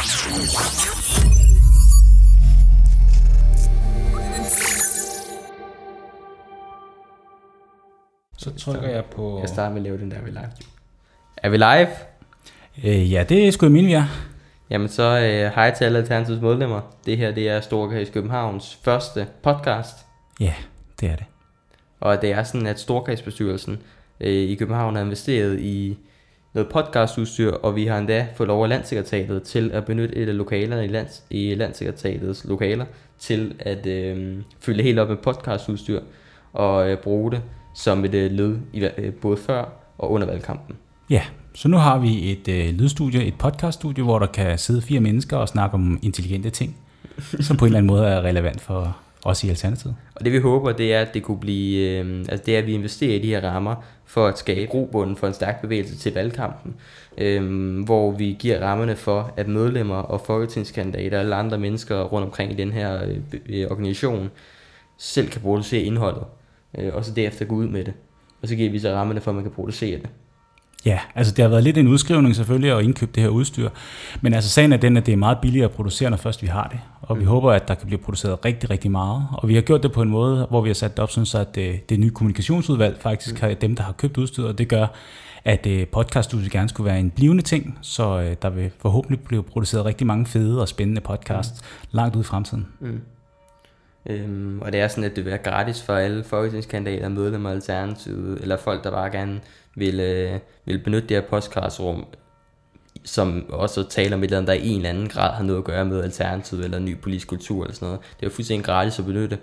Så trykker jeg på... Jeg starter med at lave den der, er vi live? Er vi live? Ja, det skulle jeg mene, vi er. Jamen så hej til alle Alternativets medlemmer. Det her, det er Storkreds Københavns første podcast. Ja, det er det. Og det er sådan, at Storkredsbestyrelsen i København har investeret i noget podcastudstyr, og vi har endda fået lov af Landssekretariatet til at benytte et af lokalerne i Landssekretariatets lokaler til at fylde helt op med podcastudstyr og bruge det som et led i både før og under valgkampen. Ja, så nu har vi et lydstudie, et podcaststudie, hvor der kan sidde 4 mennesker og snakke om intelligente ting, som på en eller anden måde er relevant for os i Alternativet. Og det vi håber, det er, at det kunne blive, det er, at vi investerer i de her rammer for at skabe grobunden for en stærk bevægelse til valgkampen, hvor vi giver rammerne for, at medlemmer og folketingskandidater og alle andre mennesker rundt omkring i den her organisation selv kan producere indholdet, og så derefter gå ud med det. Og så giver vi så rammerne for, at man kan producere det. Ja, altså det har været lidt en udskrivning selvfølgelig at indkøbe det her udstyr, men altså sagen er den, at det er meget billigere at producere, når først vi har det, og vi håber, at der kan blive produceret rigtig, rigtig meget, og vi har gjort det på en måde, hvor vi har sat det op sådan, så at det nye kommunikationsudvalg faktisk har dem, der har købt udstyret, og det gør, at podcaststudiet gerne skulle være en blivende ting, så der vil forhåbentlig blive produceret rigtig mange fede og spændende podcasts langt ud i fremtiden. Og det er sådan, at det vil være gratis for alle folketingskandidater, medlemmer af Alternativet, eller folk, der bare gerne vil benytte det her podcastrum, som også taler om et eller andet, der i en eller anden grad har noget at gøre med Alternativet, eller ny politisk kultur, eller sådan noget. Det er jo fuldstændig gratis at benytte.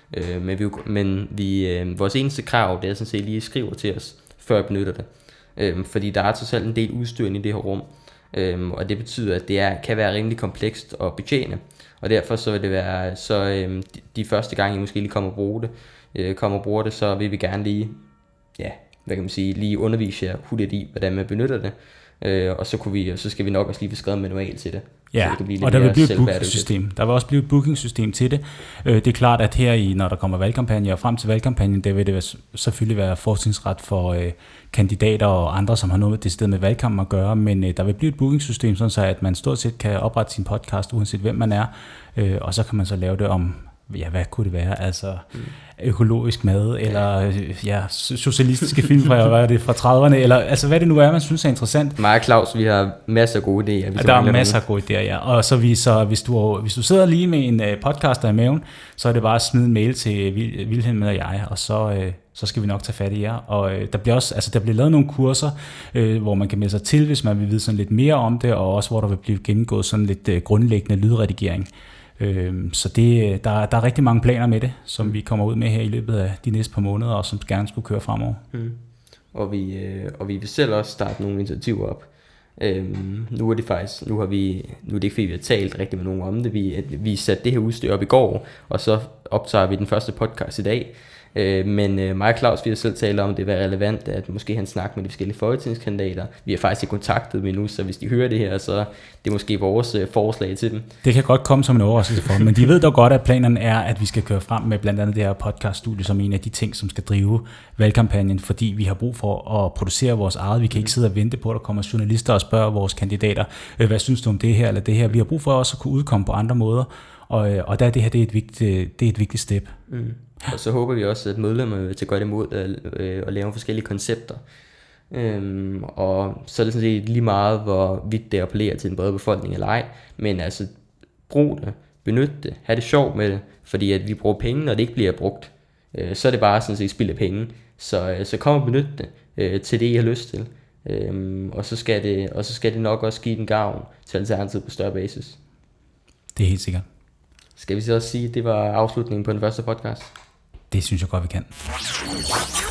Men vores eneste krav, det er sådan set lige at skrive til os, før jeg benytter det. Fordi der er totalt en del udstyr i det her rum, og det betyder, at det kan være rimelig komplekst at betjene. Og derfor så vil det være, de første gange I måske lige kommer og bruger det, så vil vi gerne lige, lige undervise jer hurtigt i, hvordan man benytter det. Og så skal vi nok også lige få skrevet manual til det. Ja, og der vil blive et bookingsystem. Der vil også blive et bookingsystem til det. Det er klart, at her når der kommer valgkampagne og frem til valgkampagnen, der vil det selvfølgelig være fortrinsret for kandidater og andre, som har noget det sted med valgkampen at gøre, men der vil blive et bookingsystem, sådan så at man stort set kan oprette sin podcast, uanset hvem man er, og så kan man så lave det om, hvad kunne det være, altså økologisk mad, eller socialistiske film fra 30'erne, eller altså hvad det nu er, man synes er interessant. Mig og Claus, vi har masser af gode idéer. Der er masser af gode idéer, ja. Og så hvis du sidder lige med en podcaster i maven, så er det bare at smide en mail til Vilhelm og jeg, og så skal vi nok tage fat i jer. Og der bliver lavet nogle kurser, hvor man kan melde sig til, hvis man vil vide sådan lidt mere om det, og også hvor der vil blive gennemgået sådan lidt grundlæggende lydredigering. Så der er rigtig mange planer med det, som vi kommer ud med her i løbet af de næste par måneder, og som gerne skulle køre fremover. Og vi vil selv også starte nogle initiativer op. Nu er det ikke fordi vi har talt rigtig med nogen om det. Vi satte det her udstyr op i går, og så optager vi den første podcast i dag. Men mig og Claus, vi har selv talt om, at det er relevant, at måske han snakker med de forskellige folketingskandidater. Vi er faktisk i kontaktet med nu, så hvis de hører det her, så det er måske vores forslag til dem. Det kan godt komme som en overraskelse for dem, men de ved dog godt, at planerne er, at vi skal køre frem med blandt andet det her podcaststudie som en af de ting, som skal drive valgkampagnen, fordi vi har brug for at producere vores eget. Vi kan ikke sidde og vente på, at der kommer journalister og spørger vores kandidater, hvad synes du om det her eller det her. Vi har brug for også at kunne udkomme på andre måder, og der er det her, det er et vigtigt step. Og så håber vi også, at medlemmer vil til godt imod at lave forskellige koncepter. Og så er det sådan set lige meget, hvor vidt det appellerer til den brede befolkning eller ej. Men altså, brug det, benyt det, have det sjovt med det. Fordi at vi bruger penge, når det ikke bliver brugt, så er det bare sådan set spild af penge. Så kom og benyt det til det, I har lyst til. Og så skal det nok også give den gavn til Alternativet på større basis. Det er helt sikkert. Skal vi så også sige, at det var afslutningen på den første podcast? Det synes jeg godt, vi kan.